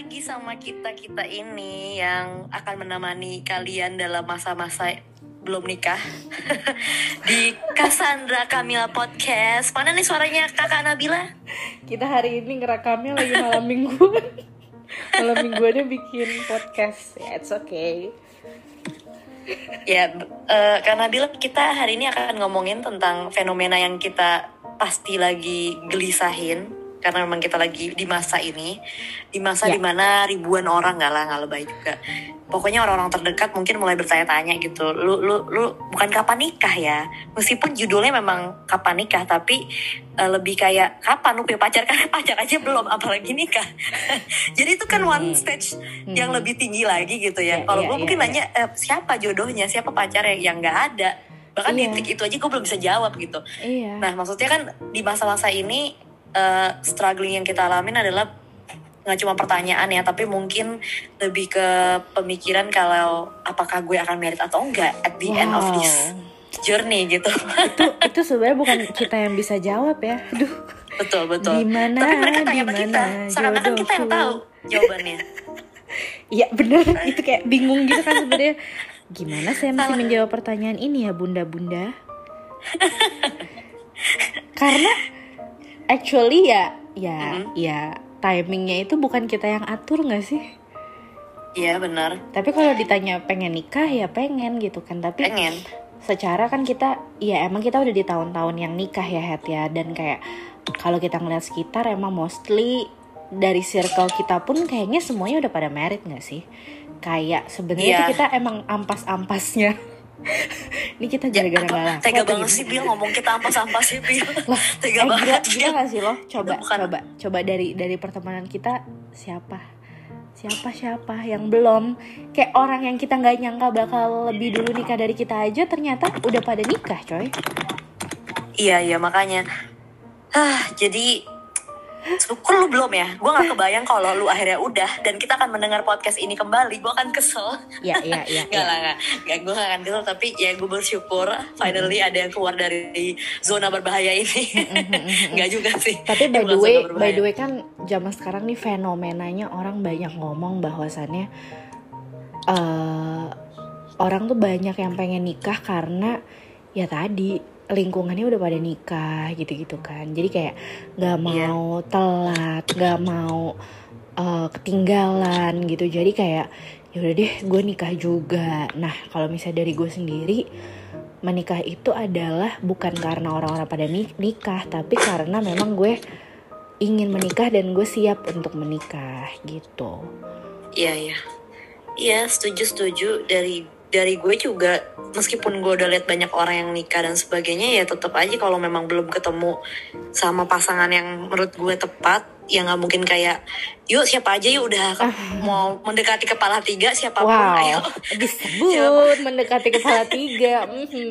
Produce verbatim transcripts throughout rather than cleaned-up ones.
lagi sama kita-kita ini yang akan menemani kalian dalam masa-masa belum nikah di Cassandra Camila Podcast. Mana nih suaranya Kakak Nabila? Kita hari ini ngerekamnya lagi malam mingguan. Malam mingguannya bikin podcast. Ya, it's okay. Ya, uh, Kak Nabila, kita hari ini akan ngomongin tentang fenomena yang kita pasti lagi gelisahin. Karena memang kita lagi di masa ini, di masa ya. Dimana ribuan orang, nggak lah, nggak lebay juga. Pokoknya orang-orang terdekat mungkin mulai bertanya-tanya gitu. Lu, lu, lu bukan kapan nikah ya? Meskipun judulnya memang kapan nikah, tapi uh, lebih kayak kapan lu punya pacar? Karena pacar aja belum, apalagi nikah. Jadi itu kan hmm. one stage hmm. yang lebih tinggi lagi gitu ya. ya Kalau ya, gue ya, mungkin ya. nanya eh, siapa jodohnya, siapa pacarnya, yang nggak ada. Bahkan iya. di titik itu aja gue belum bisa jawab gitu. Iya. Nah maksudnya kan di masa-masa ini Uh, struggling yang kita alamin adalah nggak cuma pertanyaan ya, tapi mungkin lebih ke pemikiran kalau apakah gue akan married atau enggak at the wow. end of this journey gitu. Itu itu sebenarnya bukan kita yang bisa jawab ya. Aduh. Betul betul. Dimana, tapi mereka tanya ke kita, seakan-akan kita yang tahu jawabannya. Iya benar, itu kayak bingung gitu kan sebenarnya. Gimana saya mesti menjawab pertanyaan ini ya bunda-bunda? Karena actually ya, ya, mm-hmm. ya timingnya itu bukan kita yang atur nggak sih? Iya benar. Tapi kalau ditanya pengen nikah ya pengen gitu kan. Tapi pengen. Secara kan kita, ya emang kita udah di tahun-tahun yang nikah ya Het ya. Dan kayak kalau kita ngeliat sekitar emang mostly dari circle kita pun kayaknya semuanya udah pada married nggak sih? Kayak sebenarnya yeah. kita emang ampas-ampasnya. Ini kita gara-gara ya, gak tega banget sih Bil ngomong kita ampas-ampas sih Bil. Tega eh, banget. Gila, gila gak sih lo? Coba coba coba dari dari pertemanan kita siapa? Siapa siapa yang belum, kayak orang yang kita nggak nyangka bakal lebih dulu nikah dari kita aja ternyata udah pada nikah, coy. Iya iya makanya. Ah, jadi syukur lu belum ya. Gue gak kebayang kalau lu akhirnya udah dan kita akan mendengar podcast ini kembali. Gue akan kesel. Iya iya iya. Gak lah gak, gak gue gak akan kesel. Tapi ya gue bersyukur finally ada yang keluar dari zona berbahaya ini. Gak juga sih. Tapi by the way by the way kan zaman sekarang nih fenomenanya orang banyak ngomong bahwasannya uh, orang tuh banyak yang pengen nikah karena ya tadi lingkungannya udah pada nikah gitu-gitu kan. Jadi kayak gak mau yeah. telat, gak mau uh, ketinggalan gitu. Jadi kayak yaudah deh gue nikah juga. Nah kalau misalnya dari gue sendiri, menikah itu adalah bukan karena orang-orang pada nikah, tapi karena memang gue ingin menikah dan gue siap untuk menikah gitu. Iya yeah, iya yeah. Iya yeah, setuju-setuju. Dari dari gue juga, meskipun gue udah lihat banyak orang yang nikah dan sebagainya, ya tetap aja kalau memang belum ketemu sama pasangan yang menurut gue tepat, ya nggak mungkin kayak yuk siapa aja yuk udah uh. mau mendekati kepala tiga siapapun wow. ayo disebut siapapun. Mendekati kepala tiga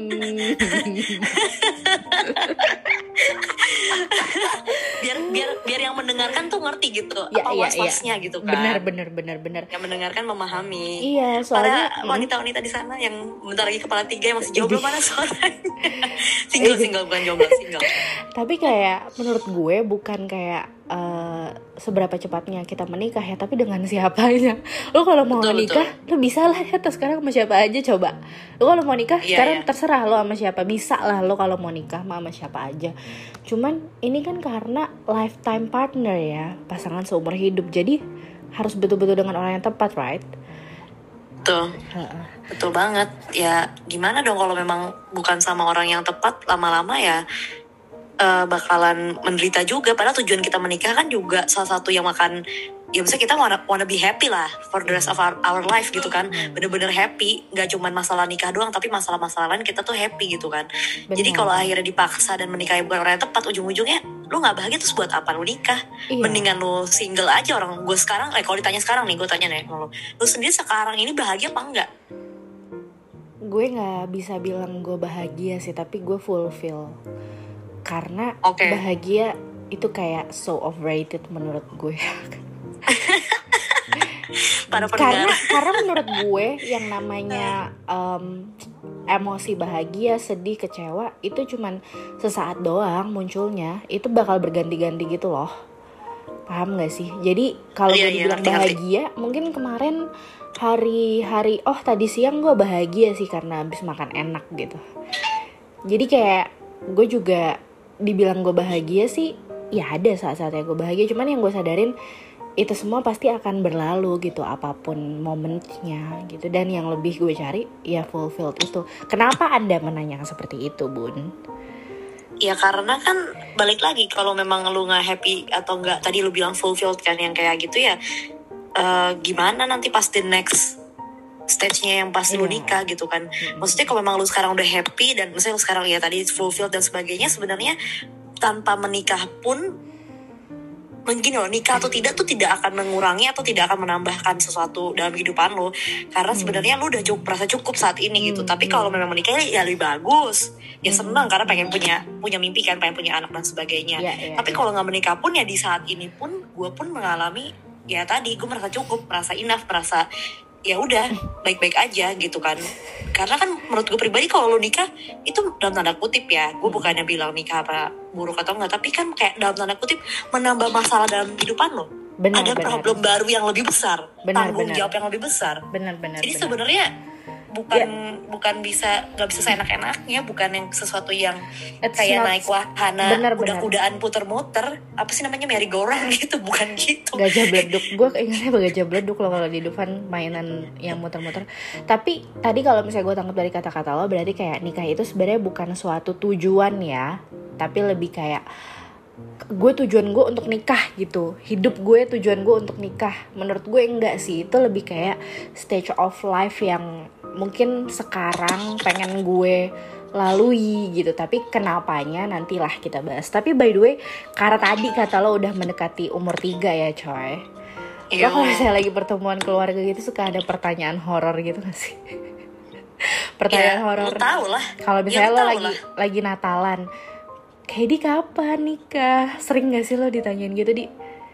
biar biar biar yang mendengarkan tuh ngerti gitu ya, apa ya, was-wasnya ya. Gitu kan benar benar benar benar yang mendengarkan memahami. Iya soalnya para wanita-wanita di sana yang bentar lagi kepala tiga yang masih jomblo mana suaranya single single bukan jomblo single. Tapi kayak menurut gue bukan kayak uh, seberapa cepatnya kita menikah ya, tapi dengan siapanya. Lo kalau mau betul, nikah betul. Lo bisa lah ya terus sekarang sama siapa aja coba. Lo kalau mau nikah yeah, sekarang yeah. terserah lo sama siapa, bisa lah lo kalau mau nikah sama siapa aja. Cuman ini kan karena lifetime partner ya, pasangan seumur hidup, jadi harus betul-betul dengan orang yang tepat, right? Betul, uh-uh. betul banget. Ya gimana dong kalau memang bukan sama orang yang tepat, lama-lama ya uh, bakalan menderita juga. Padahal tujuan kita menikah kan juga salah satu yang akan, ya misalnya kita wanna, wanna be happy lah for the rest of our, our life gitu kan. Bener-bener happy, gak cuma masalah nikah doang, tapi masalah-masalah lain kita tuh happy gitu kan. Bener. Jadi kalau akhirnya dipaksa dan menikahi bukan orang yang tepat, ujung-ujungnya lu gak bahagia terus buat apa lu nikah? Iya. Mendingan lu single aja. Orang gue sekarang, eh kalau ditanya sekarang nih, gue tanya nih lu, lu sendiri sekarang ini bahagia apa enggak? Gue gak bisa bilang gue bahagia sih, tapi gue fulfill. Karena okay. bahagia itu kayak so overrated menurut gue. Para karena karena menurut gue yang namanya um, emosi bahagia, sedih, kecewa itu cuman sesaat doang munculnya, itu bakal berganti-ganti gitu loh. Paham gak sih? Jadi kalau Iya, gue iya, dibilang ngerti, ngerti. bahagia, mungkin kemarin hari-hari, oh tadi siang gue bahagia sih karena habis makan enak gitu. Jadi kayak gue juga dibilang gue bahagia sih, ya ada saat-saatnya gue bahagia. Cuman yang gue sadarin itu semua pasti akan berlalu gitu, apapun momennya gitu. Dan yang lebih gue cari ya fulfilled itu. Kenapa Anda menanyakan seperti itu, Bun? Ya karena kan balik lagi kalau memang lu nggak happy atau nggak, tadi lu bilang fulfilled kan yang kayak gitu ya, uh, gimana nanti pas the next stage-nya yang pas lu Iya. nikah gitu kan. Maksudnya kalau memang lu sekarang udah happy dan misalnya lu sekarang ya tadi fulfilled dan sebagainya, sebenarnya tanpa menikah pun mungkin loh, nikah atau tidak tuh tidak akan mengurangi atau tidak akan menambahkan sesuatu dalam kehidupan lo, karena sebenarnya lo udah cukup, merasa cukup saat ini gitu. Tapi kalau memang menikah ya lebih bagus, ya senang karena pengen punya punya mimpi kan, pengen punya anak dan sebagainya. Iya, iya, Tapi iya. kalau nggak menikah pun ya di saat ini pun gue pun mengalami ya tadi, gue merasa cukup, merasa enough, merasa ya udah baik-baik aja gitu kan. Karena kan menurut gue pribadi kalau lo nikah itu dalam tanda kutip ya, gue bukannya bilang nikah apa buruk atau enggak, tapi kan kayak dalam tanda kutip menambah masalah dalam kehidupan lo. Benar, Ada benar. problem baru yang lebih besar, Benar, tanggung benar. jawab yang lebih besar. Benar-benar. Jadi sebenarnya bukan bukan bisa nggak bisa seenak-enaknya, bukan yang sesuatu yang It's kayak not- naik wahana benar, kuda-kudaan puter-muter, apa sih namanya, merry-go-round gitu, bukan gitu. Gajah Bleduk, gue ingatnya gajah Bleduk loh kalau di Dufan, mainan yang muter-muter. Tapi tadi kalau misalnya gue tangkap dari kata-kata lo, berarti kayak nikah itu sebenarnya bukan suatu tujuan ya, tapi lebih kayak gue tujuan gue untuk nikah gitu, hidup gue tujuan gue untuk nikah. Menurut gue enggak sih, itu lebih kayak stage of life yang mungkin sekarang pengen gue lalui gitu, tapi kenapanya nantilah kita bahas. Tapi by the way, karena tadi kata lo udah mendekati umur tiga ya coy, lo kalau misalnya lagi pertemuan keluarga gitu suka ada pertanyaan horor gitu gak sih? Pertanyaan Ya, horor. lu tahu lah. Kalau misalnya Ya, lu lo tahu lagi lah. lagi Natalan, kayak di kapan nikah? Sering gak sih lo ditanyain gitu, Di?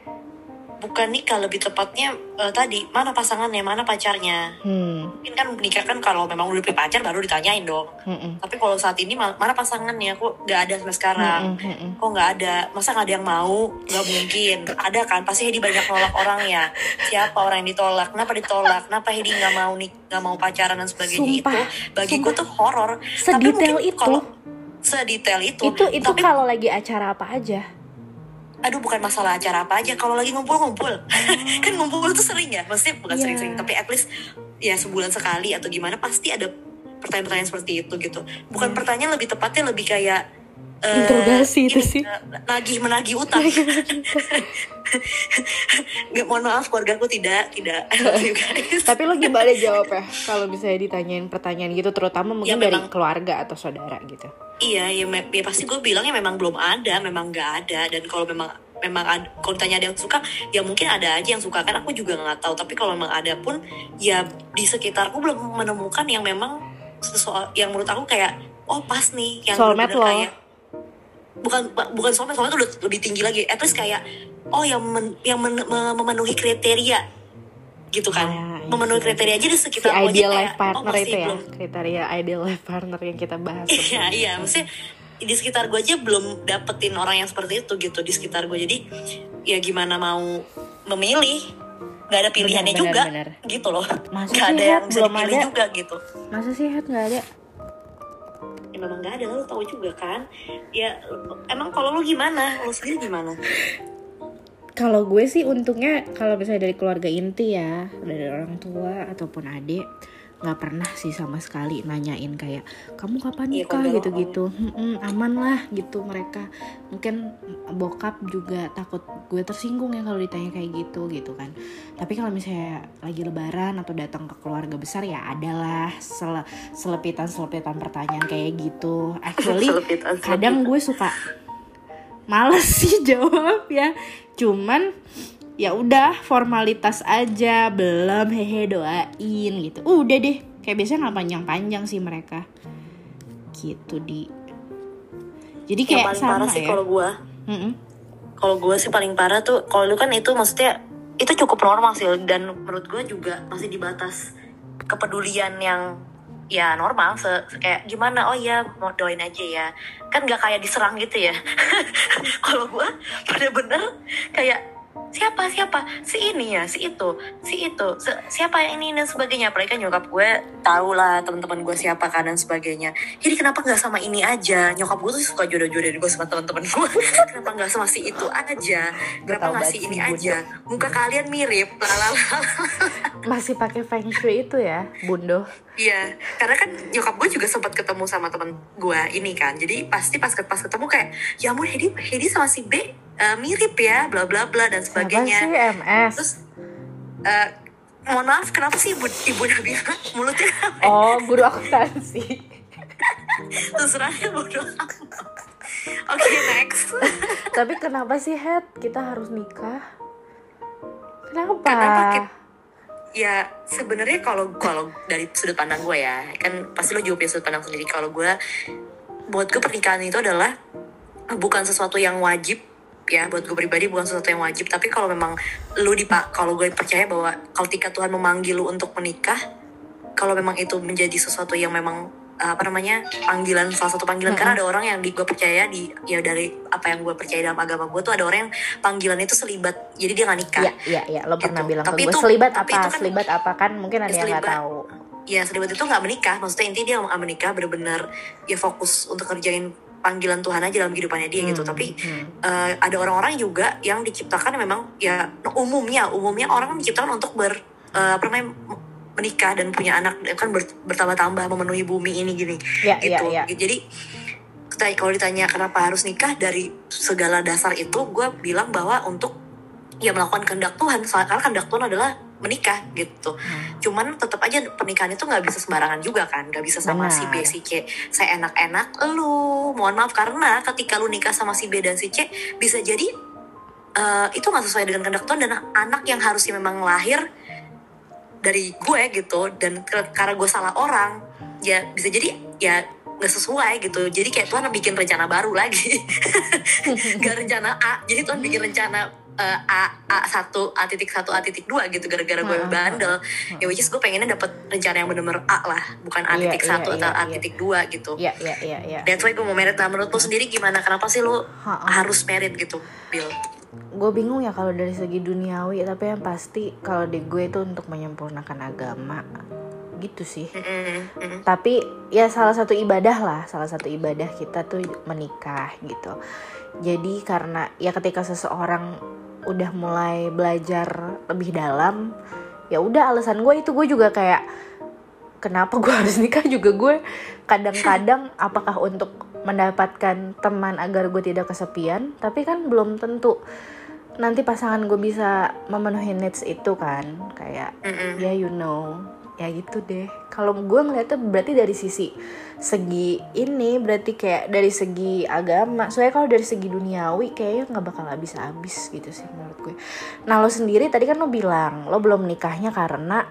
Bukan nikah, lebih tepatnya eh, tadi mana pasangannya, mana pacarnya. Hmm. Mungkin kan nikah kan kalau memang udah punya pacar baru ditanyain dong. Mm-mm. Tapi kalau saat ini ma- mana pasangannya, kok nggak ada sampai sekarang. Mm-mm, mm-mm. Kok nggak ada, masa nggak ada yang mau? Nggak mungkin. Ada kan, pasti Hedi banyak nolak orang ya. Siapa orang yang ditolak, kenapa ditolak, kenapa Hedi nggak mau nik nggak mau pacaran dan sebagainya. Sumpah, Itu bagi sumpah. gue tuh horor. Sedetail mungkin itu. kalau sedetail itu Itu itu tapi kalau lagi acara apa aja? aduh, bukan masalah acara apa aja, kalau lagi ngumpul-ngumpul. Kan ngumpul tuh sering ya, maksudnya bukan Iya. sering-sering, tapi at least ya sebulan sekali atau gimana pasti ada pertanyaan-pertanyaan seperti itu gitu. Bukan pertanyaan, lebih tepatnya lebih kayak eh, Interogasi itu ini, sih. eh, nagih menagih utang. Nggak, mohon maaf keluargaku tidak tidak I love you guys. Tapi lo gimana jawabnya kalau misalnya ditanyain pertanyaan gitu, terutama mungkin Ya, dari memang. keluarga atau saudara gitu? Iya, ya, me- ya pasti gue bilangnya memang belum ada, memang nggak ada. Dan kalau memang memang ada, kalau ditanya ada yang suka, ya mungkin ada aja yang suka, kan aku juga nggak tahu. Tapi kalau memang ada pun, ya di sekitarku belum menemukan yang memang sesuatu yang menurut aku kayak oh pas nih, yang Soulmate bener-bener lo. kayak bukan bukan soulmate, soulmate tuh udah lebih tinggi lagi. At least kayak oh yang men- yang men- me- memenuhi kriteria gitu kan, Ah, iya memenuhi sih. kriteria aja di Si sekitar aku aja ideal kayak, life partner oh, masih itu ya, belum. kriteria ideal life partner yang kita bahas. Iya, iya, maksudnya di sekitar gue aja belum dapetin orang yang seperti itu gitu di sekitar gue. Jadi ya gimana mau memilih, nggak ada pilihannya Benar, juga benar, gitu loh. Masa Nggak sih, ada Hat? yang bisa Belum dipilih ada? juga gitu. Masa sih Hat nggak ada? Ya memang nggak ada, lo tahu juga kan. Ya emang kalau lo gimana, lo sendiri gimana? Kalau gue sih untungnya kalau misalnya dari keluarga inti ya, dari orang tua ataupun adik, nggak pernah sih sama sekali nanyain kayak kamu kapan Iya, nikah keluarga lo gitu-gitu. Mm-mm, aman lah gitu mereka. Mungkin bokap juga takut gue tersinggung ya kalau ditanya kayak gitu gitu kan. Tapi kalau misalnya lagi lebaran atau datang ke keluarga besar ya adalah sele- selepitan-selepitan pertanyaan kayak gitu. Actually Selepitan, selepitan. kadang gue suka males sih jawab ya. Cuman ya udah formalitas aja, belum hehe doain gitu. Udah deh, kayak biasanya nggak panjang-panjang sih mereka. Gitu Di. Jadi Yang kayak paling sama parah sih ya. kalau gue, Mm-mm. kalau gue sih paling parah tuh kalau lu kan itu maksudnya itu cukup normal sih, dan menurut gue juga masih di batas kepedulian yang ya normal, se, se- kayak gimana, oh ya mau doain aja ya, kan nggak kayak diserang gitu ya. Kalau gue bener-bener kayak siapa siapa si ini ya, si itu, si itu, si- siapa yang ini dan sebagainya. Apalagi kan nyokap gue tahu lah teman-teman gue siapa kan dan sebagainya. Jadi kenapa nggak sama ini aja? Nyokap gue tuh suka jodoh-jodohin gue sama teman-teman gue. Kenapa nggak sama si itu aja? Gue Kenapa tahu nggak banget si sih, ini Bunda. aja? Muka kalian mirip, lalala. Masih pakai feng shui itu ya, Bundo. Iya, karena kan nyokap gue juga sempat ketemu sama teman gue ini kan. Jadi pasti pas pas ketemu kayak, ya ampun Hedi, Hedi sama si B uh, mirip ya, bla bla bla dan Siapa sebagainya. sih M S? Terus, uh, mohon maaf, kenapa sih ibu, ibu Nabila mulutnya? Oh, guru akuntansi. Terserah ya bodoh. Oke, next. Tapi kenapa sih, Het, kita harus nikah? Kenapa? Kenapa kita, ya sebenarnya kalau kalau dari sudut pandang gue ya, kan pasti lo juga punya sudut pandang sendiri. Kalau gue, buat gue pernikahan itu adalah bukan sesuatu yang wajib ya, buat gue pribadi bukan sesuatu yang wajib. Tapi kalau memang lu dipak, kalau gue percaya bahwa kalau ketika Tuhan memanggil lu untuk menikah, kalau memang itu menjadi sesuatu yang memang uh, apa namanya panggilan, salah satu panggilan. Mm-hmm. Karena ada orang yang di gue percaya di ya dari apa yang gue percaya dalam agama gue tuh ada orang yang panggilan itu selibat, jadi dia nggak nikah. Iya iya iya, lo pernah gitu. bilang Tapi ke gue itu, selibat tapi apa? itu kan, selibat apa kan? Mungkin ada yang nggak tahu. Ya selibat itu nggak menikah, maksudnya intinya dia nggak menikah, benar-benar ya fokus untuk kerjain panggilan Tuhan aja dalam kehidupannya dia. hmm, gitu. Tapi hmm. uh, ada orang-orang juga yang diciptakan memang ya umumnya umumnya orang diciptakan untuk ber uh, apa namanya menikah dan punya anak, kan ber, bertambah-tambah memenuhi bumi ini gini. Ya, gitu. Ya, ya. Jadi kalau ditanya kenapa harus nikah, dari segala dasar itu gue bilang bahwa untuk ya melakukan kehendak Tuhan, soalnya karena kehendak Tuhan adalah menikah gitu. Hmm. Cuman tetap aja pernikahan itu nggak bisa sembarangan juga kan, nggak bisa sama Benar. si B si C saya enak-enak lu, mohon maaf, karena ketika lu nikah sama si B dan si C bisa jadi uh, itu nggak sesuai dengan kehendak Tuhan, dan anak yang harusnya memang lahir dari gue gitu, dan karena gue salah orang ya bisa jadi ya nggak sesuai gitu. Jadi kayak Tuhan bikin rencana baru lagi. Gak rencana A, jadi Tuhan bikin rencana Uh, A A satu A titik satu A titik dua gitu, gara-gara gue bandel. Ya which is gue pengennya dapet rencana yang bener-bener A lah, bukan A titik satu atau A titik dua gitu. Iya iya iya iya. That's why gue mau merit. Nah, menurut lo sendiri gimana? Kenapa sih lo harus merit gitu, Bill? Gue bingung ya kalau dari segi duniawi, tapi yang pasti kalau di gue itu untuk menyempurnakan agama gitu sih. Mm-hmm. Mm-hmm. Tapi ya salah satu ibadah lah, salah satu ibadah kita tuh menikah gitu. Jadi karena ya ketika seseorang udah mulai belajar lebih dalam, ya udah alasan gue itu, gue juga kayak kenapa gue harus nikah juga gue kadang-kadang apakah untuk mendapatkan teman agar gue tidak kesepian, tapi kan belum tentu nanti pasangan gue bisa memenuhi needs itu kan, kayak mm-mm. ya you know, ya gitu deh. Kalau gue ngeliatnya berarti dari sisi segi ini, berarti kayak dari segi agama. Soalnya kalau dari segi duniawi kayaknya nggak bakal habis-habis gitu sih menurut gue. Nah lo sendiri tadi kan lo bilang lo belum nikahnya karena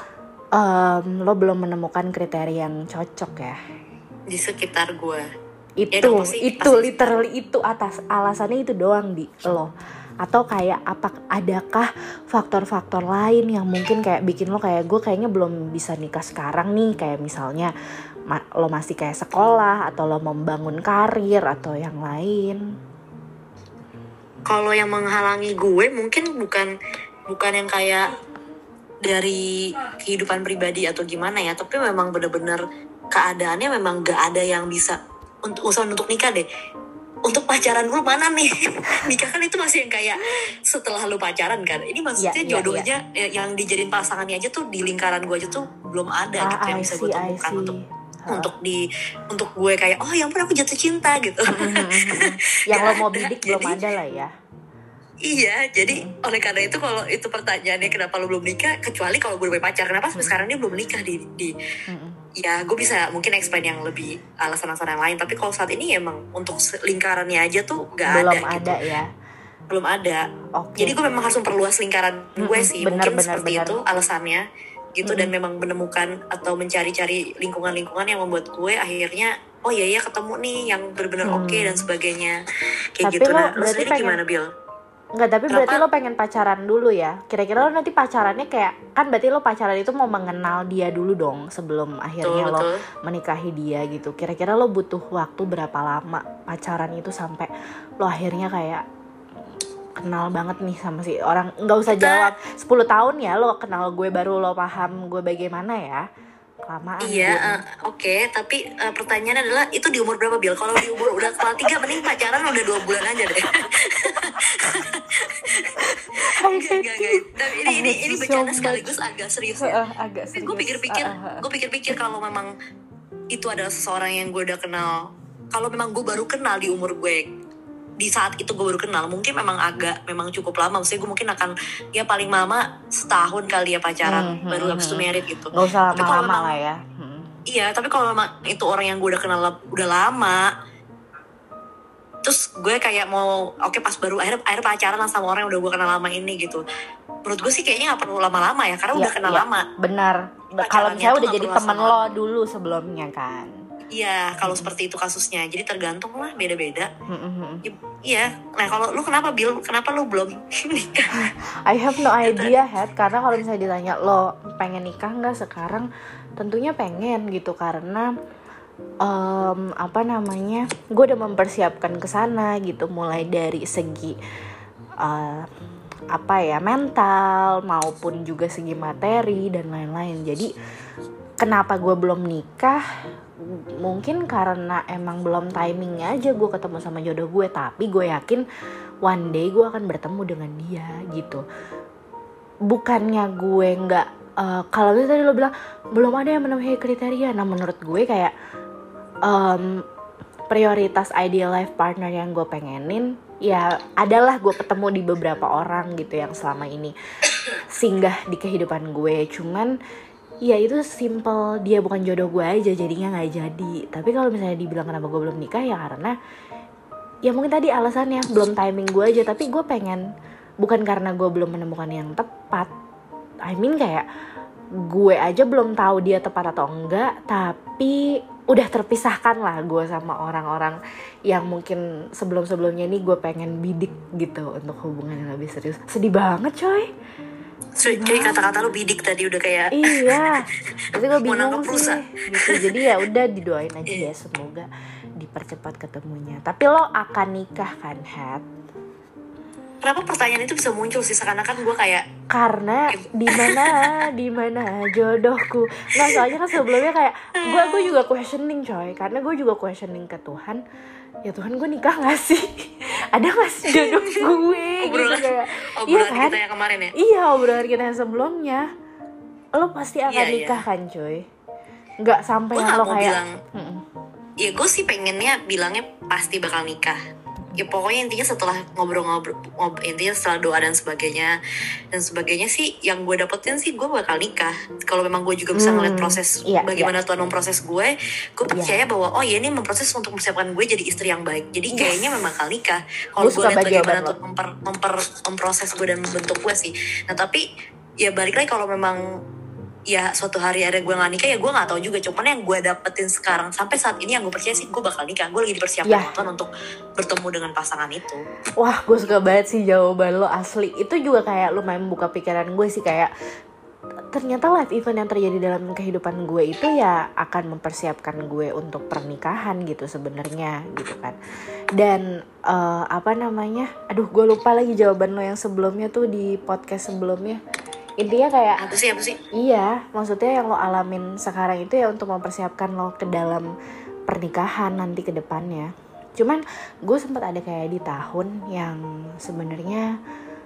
um, lo belum menemukan kriteria yang cocok ya di sekitar gue. Itu ya dong, pasti, itu pasti literally itu atas alasannya itu doang di lo. Atau kayak apa, adakah faktor-faktor lain yang mungkin kayak bikin lo kayak gue kayaknya belum bisa nikah sekarang nih, kayak misalnya ma- lo masih kayak sekolah atau lo membangun karir atau yang lain. Kalau yang menghalangi gue mungkin bukan bukan yang kayak dari kehidupan pribadi atau gimana ya, tapi memang benar-benar keadaannya memang gak ada yang bisa untuk usaha untuk nikah deh. Untuk pacaran dulu mana nih? Nikah kan itu masih yang kayak setelah lu pacaran kan. Ini maksudnya yeah, jodohnya yeah, yeah. yang dijadiin pasangannya aja tuh di lingkaran gue aja tuh belum ada ah, gitu yang bisa gue temukan untuk huh. untuk di untuk gue kayak oh ya ampun aku jatuh cinta gitu. Yang lo mau bidik belum ada lah ya. Iya, jadi hmm. oleh karena itu kalau itu pertanyaannya kenapa lo belum nikah, kecuali kalau gue udah pacar, kenapa sampai hmm. sekarang dia belum nikah di di hmm. ya gue bisa mungkin explain yang lebih alasan-alasan yang lain, tapi kalau saat ini emang untuk lingkarannya aja tuh gak belum ada, ada gitu. ya belum ada. Okay. Jadi gue memang harus memperluas lingkaran hmm. gue sih, bener, mungkin bener, seperti bener. Itu alasannya gitu hmm. dan memang menemukan atau mencari-cari lingkungan-lingkungan yang membuat gue akhirnya oh iya ya ketemu nih yang benar-benar hmm. oke okay, dan sebagainya kayak tapi gitu. Lo, nah lo sendiri pengen... gimana Bill? Enggak, tapi Kenapa? Berarti lo pengen pacaran dulu ya? Kira-kira lo nanti pacarannya kayak, kan berarti lo pacaran itu mau mengenal dia dulu dong sebelum akhirnya betul, lo betul. menikahi dia gitu. Kira-kira lo butuh waktu berapa lama pacaran itu sampai lo akhirnya kayak kenal banget nih sama si orang, nggak usah jawab sepuluh tahun ya, lo kenal gue baru lo paham gue bagaimana ya, kelamaan. Iya, uh, oke, okay. Tapi uh, pertanyaannya adalah itu di umur berapa, Bil? Kalau di umur udah kepala tiga, mending pacaran udah dua bulan aja deh. Enggak, enggak, enggak. Tapi ini ini ini bercanda sekaligus agak serius ya. Uh, agak serius. Gue pikir-pikir, uh, uh, uh. gue pikir-pikir kalau memang itu adalah seseorang yang gue udah kenal, kalau memang gue baru kenal di umur gue, di saat itu gue baru kenal, mungkin memang agak memang cukup lama. Maksudnya gue mungkin akan ya paling lama setahun kali ya pacaran, hmm, baru hmm, habis itu married gitu. Gak usah lama-lama lah ya. Hmm. Iya, tapi kalau memang itu orang yang gue udah kenal udah lama, terus gue kayak mau oke okay, pas baru akhirnya akhirnya pacaran sama orang yang udah gue kenal lama ini gitu. Menurut gue sih kayaknya gak perlu lama-lama ya, karena ya, udah kenal ya, lama. Benar. Kalau misalnya udah jadi teman lo dulu sebelumnya kan. Iya, kalau hmm. seperti itu kasusnya. Jadi tergantung lah, beda-beda. Hmm. Iya. Nah, kalau lu kenapa, Bil? Kenapa lu belum nikah? I have no idea, Head. Karena kalau misalnya ditanya lo pengen nikah nggak sekarang, tentunya pengen gitu. Karena um, apa namanya, gue udah mempersiapkan ke sana gitu. Mulai dari segi uh, apa ya, mental maupun juga segi materi dan lain-lain. Jadi kenapa gue belum nikah? Mungkin karena emang belum timingnya aja gue ketemu sama jodoh gue. Tapi gue yakin one day gue akan bertemu dengan dia gitu. Bukannya gue gak uh, kalau tadi lo bilang belum ada yang memenuhi kriteria. Nah menurut gue kayak um, prioritas ideal life partner yang gue pengenin ya adalah gue ketemu di beberapa orang gitu yang selama ini singgah di kehidupan gue. Cuman ya itu simple, dia bukan jodoh gue aja jadinya gak jadi. Tapi kalau misalnya dibilang kenapa gue belum nikah ya karena ya mungkin tadi alasannya belum timing gue aja. Tapi gue pengen, bukan karena gue belum menemukan yang tepat. I mean kayak gue aja belum tahu dia tepat atau enggak, tapi udah terpisahkan lah gue sama orang-orang yang mungkin sebelum-sebelumnya nih gue pengen bidik gitu untuk hubungan yang lebih serius. Sedih banget coy. Jadi kata-kata lu bidik tadi udah kayak iya, tapi gue bingung sih gitu. Jadi ya udah didoain aja ya semoga dipercepat ketemunya. Tapi lo akan nikah kan, Hat? Kenapa pertanyaan itu bisa muncul sih, seakan-akan gue kayak karena di mana di mana jodohku. Nah soalnya kan sebelumnya kayak gue gue juga questioning coy, karena gue juga questioning ke Tuhan. Ya Tuhan, gue nikah gak sih? Ada gak sih jodoh gue? Obrolan, gitu kayak, obrolan iya kan? Kita yang kemarin ya? Iya, obrolan kita yang sebelumnya. Lo pasti akan iya, nikah iya. kan cuy? Gak sampai gue yang lo kayak bilang, ya gue sih pengennya bilangnya pasti bakal nikah. Ya pokoknya intinya setelah ngobrol-ngobrol ngobrol, intinya setelah doa dan sebagainya dan sebagainya sih yang gue dapetin sih gue bakal nikah. Kalau memang gue juga bisa ngeliat proses iya, bagaimana iya. Tuhan memproses gue, gue percaya iya. bahwa oh ya ini memproses untuk mempersiapkan gue jadi istri yang baik. Jadi yes. kayaknya memang bakal nikah. Kalau gue lihat bagaimana Tuhan memper, memper, memproses gue dan membentuk gue sih. Nah tapi ya balik lagi kalau memang ya suatu hari ada gue gak nikah ya gue gak tahu juga. Cuman yang gue dapetin sekarang sampai saat ini yang gue percaya sih gue bakal nikah. Gue lagi dipersiapkan yeah. Tuhan untuk bertemu dengan pasangan itu. Wah gue suka banget sih jawaban lo, asli. Itu juga kayak lumayan membuka pikiran gue sih. Kayak ternyata life event yang terjadi dalam kehidupan gue itu ya akan mempersiapkan gue untuk pernikahan gitu sebenarnya gitu kan. Dan uh, apa namanya, aduh gue lupa lagi jawaban lo yang sebelumnya tuh di podcast sebelumnya. Intinya kayak apa sih apa sih? Iya, maksudnya yang lo alamin sekarang itu ya untuk mempersiapkan lo ke dalam pernikahan nanti ke depannya. Cuman gue sempat ada kayak di tahun yang sebenarnya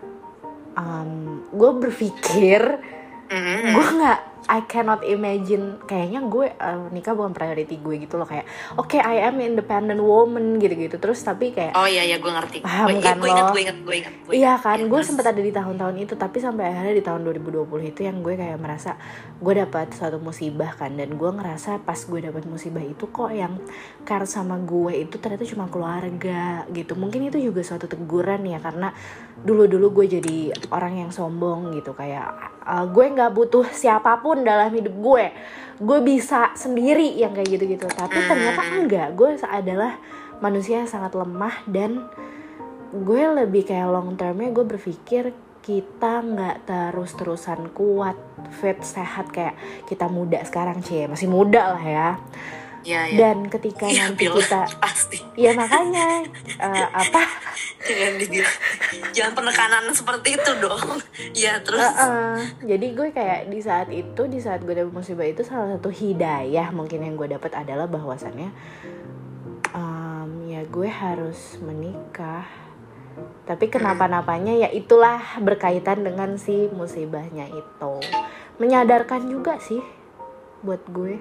um, gue berpikir mm-hmm. gue nggak, I cannot imagine kayaknya gue uh, nikah bukan priority gue gitu loh. Kayak oke okay, I am independent woman gitu-gitu. Terus tapi kayak oh iya iya gue ngerti. Paham gue, kan gue lo? Ingat, gue ingat gue ingat gue Iya kan, ya, gue sempat ada di tahun-tahun itu. Tapi sampai akhirnya di tahun dua ribu dua puluh itu yang gue kayak merasa gue dapat suatu musibah kan. Dan gue ngerasa pas gue dapat musibah itu kok yang care sama gue itu ternyata cuma keluarga gitu. Mungkin itu juga suatu teguran ya, karena dulu-dulu gue jadi orang yang sombong gitu. Kayak uh, gue gak butuh siapapun dalam hidup gue, gue bisa sendiri yang kayak gitu-gitu. Tapi ternyata enggak, gue adalah manusia yang sangat lemah. Dan gue lebih kayak long termnya gue berpikir kita gak terus-terusan kuat, fit, sehat kayak kita muda sekarang. Cie, masih muda lah ya. Ya, ya. Dan ketika ya, nanti kita pasti. Ya makanya uh, apa Jangan dibilang, jangan penekanan seperti itu dong. Ya terus. Uh-uh. Jadi gue kayak di saat itu, di saat gue dapet musibah itu, salah satu hidayah mungkin yang gue dapat adalah bahwasannya um, ya gue harus menikah. Tapi kenapa-napanya ya itulah berkaitan dengan si musibahnya itu. Menyadarkan juga sih buat gue.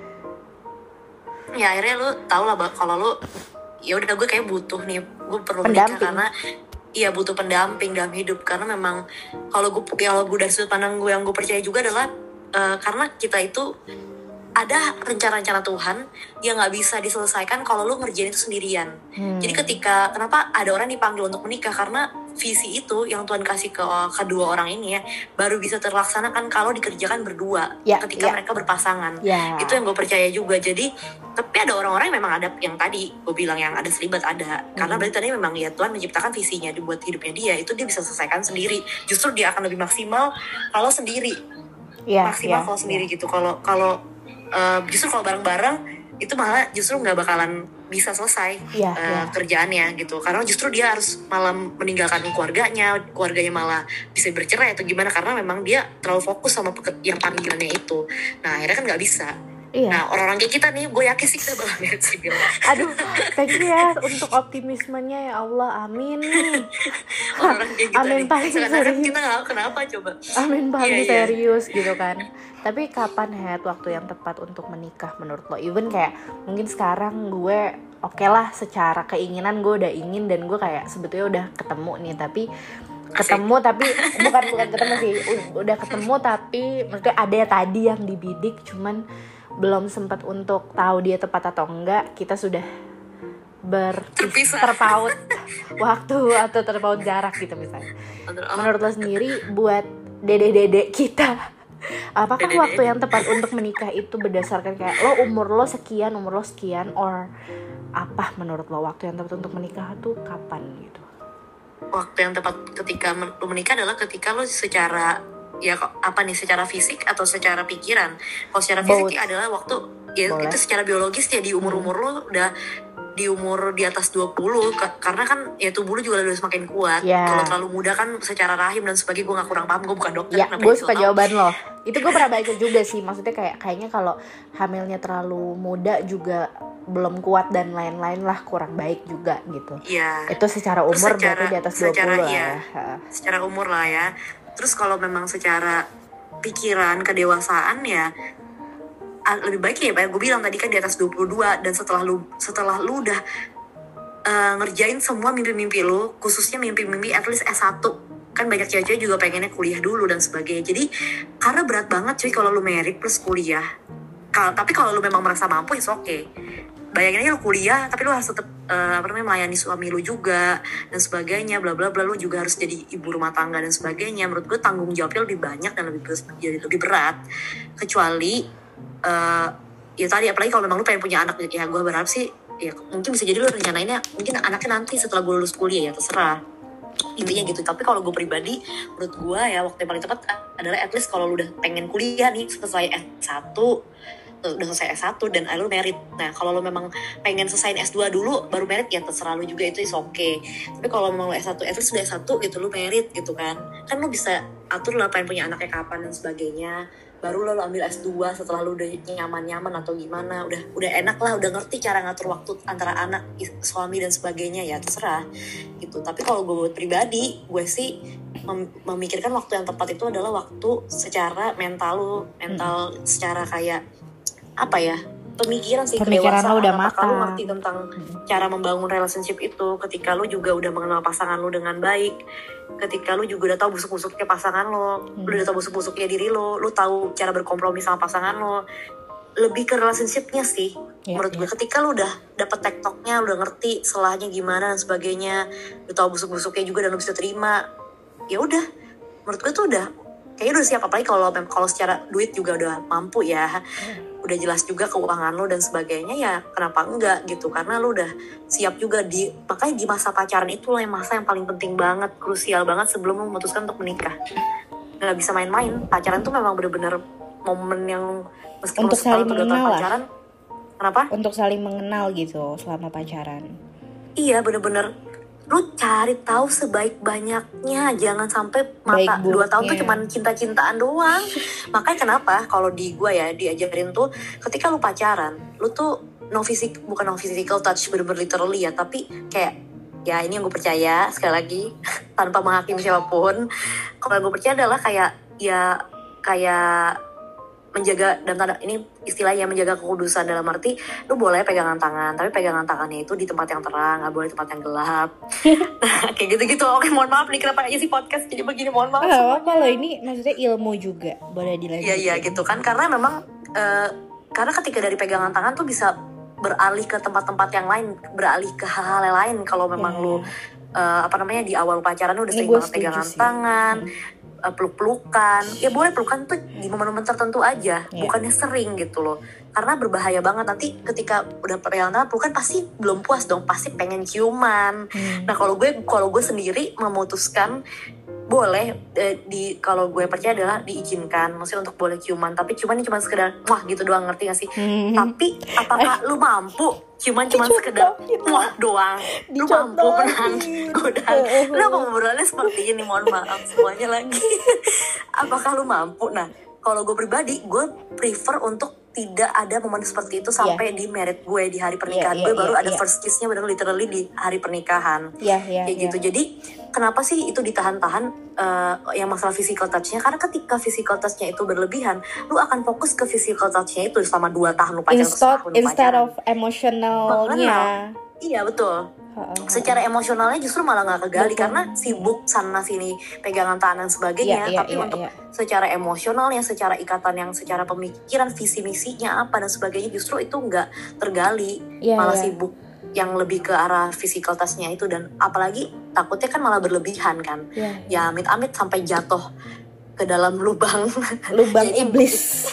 Ya akhirnya lu tau lah kalau lu ya udah gue kayak butuh nih, gue perlu menikah karena iya butuh pendamping dalam hidup. Karena memang kalau gue kalau gue dari sudut pandang gue yang gue percaya juga adalah uh, karena kita itu ada rencana-rencana Tuhan yang nggak bisa diselesaikan kalau lu ngerjain itu sendirian. Hmm. Jadi ketika kenapa ada orang dipanggil untuk menikah, karena visi itu yang Tuhan kasih ke kedua orang ini ya baru bisa terlaksanakan kalau dikerjakan berdua ya, ketika ya. mereka berpasangan. Ya. Itu yang gue percaya juga. Jadi tapi ada orang-orang yang memang ada yang tadi gue bilang yang ada selibat ada. Hmm. Karena berarti tadi memang ya Tuhan menciptakan visinya buat hidupnya dia itu dia bisa selesaikan sendiri. Justru dia akan lebih maksimal kalau sendiri. Ya, maksimal ya, kalau sendiri ya. gitu. Kalau kalau Uh, justru kalau bareng-bareng itu malah justru nggak bakalan bisa selesai yeah, uh, yeah. kerjaannya gitu, karena justru dia harus malah meninggalkan keluarganya, keluarganya malah bisa bercerai atau gimana karena memang dia terlalu fokus sama peke- yang panggilannya itu. Nah akhirnya kan nggak bisa. Iya. Nah orang-orang kayak kita nih, gue yakin sih kita bakal merit sih. Aduh, thank you ya untuk optimismenya ya Allah, amin. Orang-orang kayak kita amin nih. paling serius. Kita nggak kenapa coba. Amin paling yeah, serius yeah. gitu kan. Tapi kapan Het waktu yang tepat untuk menikah menurut lo? Even kayak mungkin sekarang gue oke okay lah secara keinginan gue udah ingin dan gue kayak sebetulnya udah ketemu nih tapi ketemu Asik. tapi bukan bukan ketemu sih udah ketemu tapi maksudnya ada tadi yang dibidik cuman belum sempat untuk tahu dia tepat atau enggak, kita sudah ber terpaut waktu atau terpaut jarak gitu misalnya. Menurut lo sendiri buat dede-dede kita, apakah dede-dede. waktu yang tepat untuk menikah itu berdasarkan kayak lo umur lo sekian, umur lo sekian, or apa menurut lo waktu yang tepat untuk menikah tuh kapan gitu? Waktu yang tepat ketika lo menikah adalah ketika lo secara ya apa nih secara fisik atau secara pikiran. Kalau secara fisik ya adalah waktu ya Boleh. itu secara biologis ya di umur-umur lo udah di umur di atas dua puluh ke, karena kan ya tubuh lu juga udah semakin kuat. Yeah. Kalau terlalu muda kan secara rahim dan sebagainya gue gak kurang paham, gue bukan dokter. Ya, gue suka jawaban lo. Itu gue pernah baca juga sih, maksudnya kayak kayaknya kalau hamilnya terlalu muda juga belum kuat dan lain-lain lah, kurang baik juga gitu. Iya. Itu secara umur secara, berarti di atas dua puluh secara, lah iya, ya. Secara umur lah ya. Terus kalau memang secara pikiran, kedewasaan ya lebih baik ya Pak, gue bilang tadi kan di atas dua puluh dua dan setelah lu setelah lu udah uh, ngerjain semua mimpi-mimpi lu, khususnya mimpi-mimpi at least S satu. Kan banyak cewek-cewek juga pengennya kuliah dulu dan sebagainya. Jadi karena berat banget cuy kalau lu merit plus kuliah. Kalo, tapi kalau lu memang merasa mampu itu oke. Okay. Bayangin aja lu kuliah tapi lu harus tetap uh, apa namanya melayani suami lu juga dan sebagainya, bla bla bla, lu juga harus jadi ibu rumah tangga dan sebagainya. Menurut gue tanggung jawabnya lebih banyak dan lebih jadi lebih berat. Kecuali uh, ya tadi apalagi kalau memang lu pengen punya anak, ya gue berharap sih ya mungkin bisa jadi lu rencanainnya mungkin anaknya nanti setelah gue lulus kuliah, ya terserah intinya gitu. Tapi kalau gue pribadi menurut gue ya waktu yang paling tepat adalah at least kalau lu udah pengen kuliah nih selesai S satu, udah selesai S satu dan lu merit. Nah kalau lu memang pengen selesaiin S dua dulu baru merit ya terserah lu juga, itu is oke okay. Tapi kalau memang lu S satu, at least sudah S satu gitu lu merit gitu kan, kan lu bisa atur lah pengen punya anaknya kapan dan sebagainya. Baru lo, lo ambil S dua setelah lo udah nyaman-nyaman atau gimana, udah udah enak lah, udah ngerti cara ngatur waktu antara anak, suami dan sebagainya, ya terserah gitu. Tapi kalau gue buat pribadi, gue sih mem- memikirkan waktu yang tepat itu adalah waktu secara mental lo, mental hmm. secara kayak apa ya, pemikiran sih, pemikiran lo udah matang, lo ngerti tentang hmm. cara membangun relationship itu, ketika lo juga udah mengenal pasangan lo dengan baik, ketika lu juga udah tahu busuk-busuknya pasangan lo, hmm. lu udah tahu busuk-busuknya diri lo, lu tahu cara berkompromi sama pasangan lo, lebih ke relationshipnya sih, yeah, menurut gue. Yeah. Ketika lu udah dapet tektoknya, lu udah ngerti selahnya gimana dan sebagainya, lu tahu busuk-busuknya juga dan lu bisa terima, ya udah, menurut gue tuh udah, kayaknya udah siap. Apalagi kalau kalau secara duit juga udah mampu ya, hmm. udah jelas juga keuangan lo dan sebagainya, ya kenapa enggak gitu, karena lo udah siap juga di, makanya di masa pacaran itulah yang masa yang paling penting banget, krusial banget sebelum lo memutuskan untuk menikah. Nggak bisa main-main, pacaran tuh memang bener-bener momen yang meskipun untuk saling mengenal pacaran, kenapa? Untuk saling mengenal gitu selama pacaran. Iya bener-bener lu cari tahu sebaik-banyaknya, jangan sampai mata Baik dua tahun tuh buruknya. cuman cinta-cintaan doang. Makanya kenapa kalau di gue ya diajarin tuh ketika lu pacaran, lu tuh no fisik bukan no physical touch bener-bener literally ya, tapi kayak ya ini yang gue percaya sekali lagi tanpa menghakimi siapapun. Kalau yang gue percaya adalah kayak ya kayak menjaga, dan tanda ini istilahnya menjaga kekudusan dalam arti lu boleh pegangan tangan, tapi pegangan tangannya itu di tempat yang terang, nggak boleh tempat yang gelap. Nah kayak gitu-gitu. Oke, mohon maaf nih kenapa aja sih podcast jadi begini, mohon maaf. Nggak apa-apa loh, ini maksudnya ilmu juga, boleh dilanjutin. Iya iya gitu kan, karena memang uh, karena ketika dari pegangan tangan tuh bisa beralih ke tempat-tempat yang lain, beralih ke hal-hal yang lain. Kalau memang yeah. lu uh, apa namanya di awal pacaran lu udah sering banget pegangan sih. tangan, hmm. uh, peluk-pelukan, ya boleh pelukan tuh di momen-momen tertentu aja, yeah. bukannya sering gitu loh. Karena berbahaya banget nanti ketika udah pegangan tangan, pelukan pasti belum puas dong, pasti pengen ciuman. Hmm. Nah kalau gue kalau gue sendiri memutuskan boleh eh, di kalau gue percaya adalah diizinkan, maksudnya untuk boleh ciuman, tapi ciuman ini cuma sekedar wah gitu doang, ngerti gak sih? Hmm. Tapi apakah lu mampu ciuman cuma sekedar wah doang? Lu mampu menahan godaan? Kenapa ngobrolnya seperti ini? Mohon maaf semuanya lagi. Apakah lu mampu? Nah kalau gue pribadi, gue prefer untuk tidak ada momen seperti itu sampai yeah. di married gue, di hari pernikahan yeah, yeah, gue baru yeah, ada yeah. first kiss-nya benar literally di hari pernikahan. Yeah, yeah, kayak yeah. gitu. Jadi kenapa sih itu ditahan-tahan uh, yang masalah physical touch-nya? Karena ketika physical touch-nya itu berlebihan, lu akan fokus ke physical touch-nya itu selama dua tahun lu pacaran. Instead, instead of emotionalnya. Iya betul. Secara emosionalnya justru malah nggak kegali. Betul. Karena sibuk sana sini pegangan tangan dan sebagainya. Yeah, yeah, tapi yeah, untuk yeah. secara emosionalnya, secara ikatan yang secara pemikiran, visi misinya apa dan sebagainya justru itu nggak tergali. Yeah, malah yeah. sibuk yang lebih ke arah physical touch-nya itu, dan apalagi takutnya kan malah berlebihan kan. Yeah, yeah. Ya amit-amit sampai jatuh ke dalam lubang lubang iblis.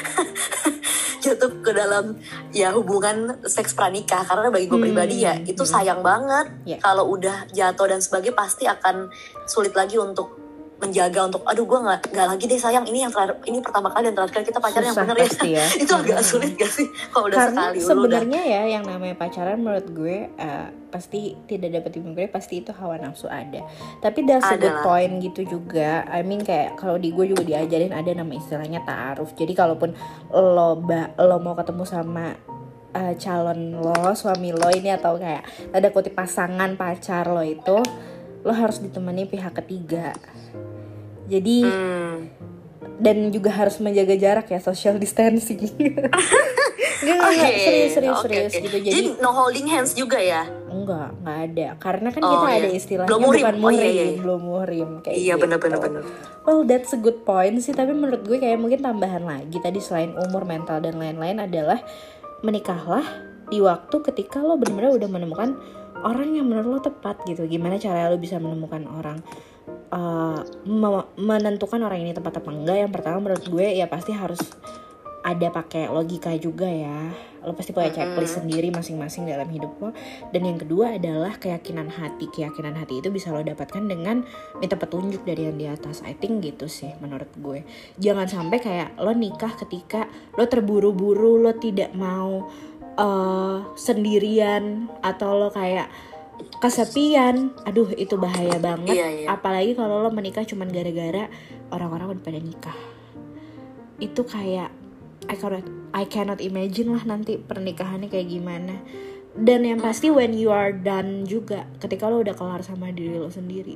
Jatuh ke dalam ya hubungan seks pranikah. Karena bagi gue hmm. pribadi ya itu sayang banget yeah. kalau udah jatuh dan sebagainya, pasti akan sulit lagi untuk menjaga, untuk aduh gue nggak nggak lagi deh sayang, ini yang terakhir, ini pertama kali dan terakhir kali kita pacaran yang bener ya, ya. Itu agak hmm. sulit gak sih kalau udah karena sekali sebenarnya ya yang namanya pacaran menurut gue uh, pasti tidak dapat dipungkiri, pasti itu hawa nafsu ada, tapi that's a good point gitu juga. I mean kayak kalau di gue juga diajarin ada nama istilahnya ta'aruf. Jadi kalaupun lo ba, lo mau ketemu sama uh, calon lo, suami lo ini, atau kayak ada kutip pasangan pacar lo itu, lo harus ditemani pihak ketiga. Jadi hmm. dan juga harus menjaga jarak ya, social distancing. Enggak, okay. serius serius okay, serius okay. gitu. Jadi, Jadi no holding hands juga ya? Enggak, enggak ada. Karena kan oh, kita iya. ada istilahnya belum muhrim. bukan muhrim, oh, iya, iya. belum muhrim kayak iya, gitu. benar benar benar. Well, that's a good point sih, tapi menurut gue kayak mungkin tambahan lagi tadi selain umur, mental dan lain-lain adalah menikahlah di waktu ketika lo benar-benar udah menemukan orang yang menurut lo tepat gitu. Gimana caranya lo bisa menemukan orang Uh, menentukan orang ini tepat apa enggak? Yang pertama menurut gue ya pasti harus ada pakai logika juga ya. Lo pasti punya checklist sendiri masing-masing dalam hidup lo. Dan yang kedua adalah keyakinan hati. Keyakinan hati itu bisa lo dapatkan dengan minta petunjuk dari yang di atas. I think gitu sih menurut gue. Jangan sampai kayak lo nikah ketika lo terburu-buru, lo tidak mau uh, sendirian, atau lo kayak kesepian. Aduh itu bahaya banget. Iya, iya. Apalagi kalau lo menikah cuman gara-gara orang-orang udah pada nikah. Itu kayak I cannot, I cannot imagine lah nanti pernikahannya kayak gimana. Dan yang pasti when you are done juga, ketika lo udah kelar sama diri lo sendiri.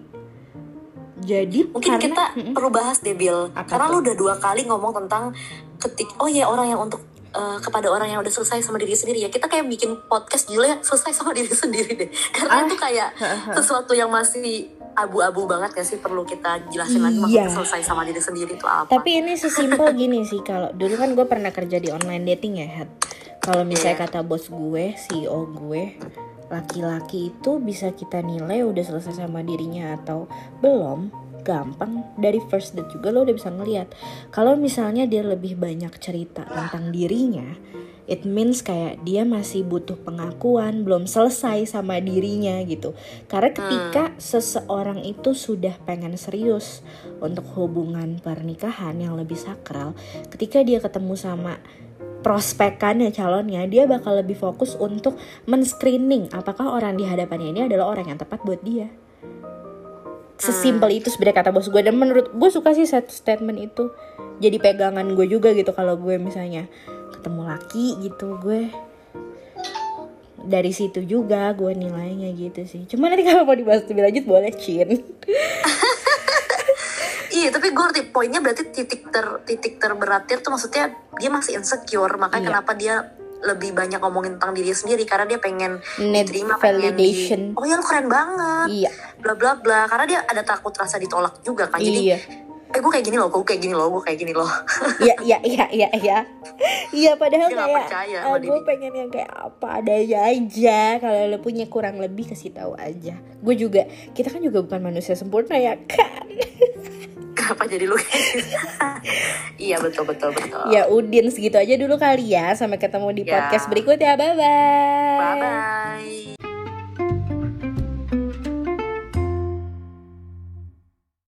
Jadi mungkin karena, kita mm-mm. perlu bahas deh Bill. Karena lo udah dua kali ngomong tentang ketik oh ya orang yang untuk Uh, kepada orang yang udah selesai sama diri sendiri ya. Kita kayak bikin podcast judulnya selesai sama diri sendiri deh. Karena ah. itu kayak sesuatu yang masih abu-abu banget gak sih, perlu kita jelasin lagi maksudnya yeah. selesai sama diri sendiri itu apa. Tapi ini sesimpel gini sih, kalau dulu kan gue pernah kerja di online dating ya, Hat. Kalau misalnya yeah. kata bos gue, C E O gue, laki-laki itu bisa kita nilai udah selesai sama dirinya atau belum gampang dari first date juga. Lo udah bisa ngelihat kalau misalnya dia lebih banyak cerita tentang dirinya, it means kayak dia masih butuh pengakuan, belum selesai sama dirinya gitu. Karena ketika hmm. seseorang itu sudah pengen serius untuk hubungan pernikahan yang lebih sakral, ketika dia ketemu sama prospekannya, calonnya, dia bakal lebih fokus untuk men-screening apakah orang di hadapannya ini adalah orang yang tepat buat dia. Sesimpel hmm. itu sebenarnya kata bos gue, dan menurut gue suka sih satu statement itu jadi pegangan gue juga gitu. Kalau gue misalnya ketemu laki gitu, gue dari situ juga gue nilainya gitu sih. Cuma nanti kalau mau dibahas lebih lanjut boleh, Cin. Iya, tapi gue ngerti poinnya, berarti titik ter titik terberatnya tuh maksudnya dia masih insecure, makanya iya. Kenapa dia lebih banyak ngomongin tentang diri sendiri, karena dia pengen need diterima, validation. Pengen di, oh ya lu keren banget, iya. bla bla bla, karena dia ada takut rasa ditolak juga kan, jadi iya. eh gue kayak gini loh, gue kayak gini loh, gue kayak gini loh. Iya iya iya iya iya. Iya padahal dia kayak ah, gue pengen yang kayak apa adanya aja. Kalau lo punya kurang lebih kasih tahu aja. Gue juga, kita kan juga bukan manusia sempurna ya kan. Kenapa jadi lu? Iya betul betul betul. Ya Udin, segitu aja dulu kali ya. Sampai ketemu di ya. podcast berikutnya. Bye bye. Bye bye.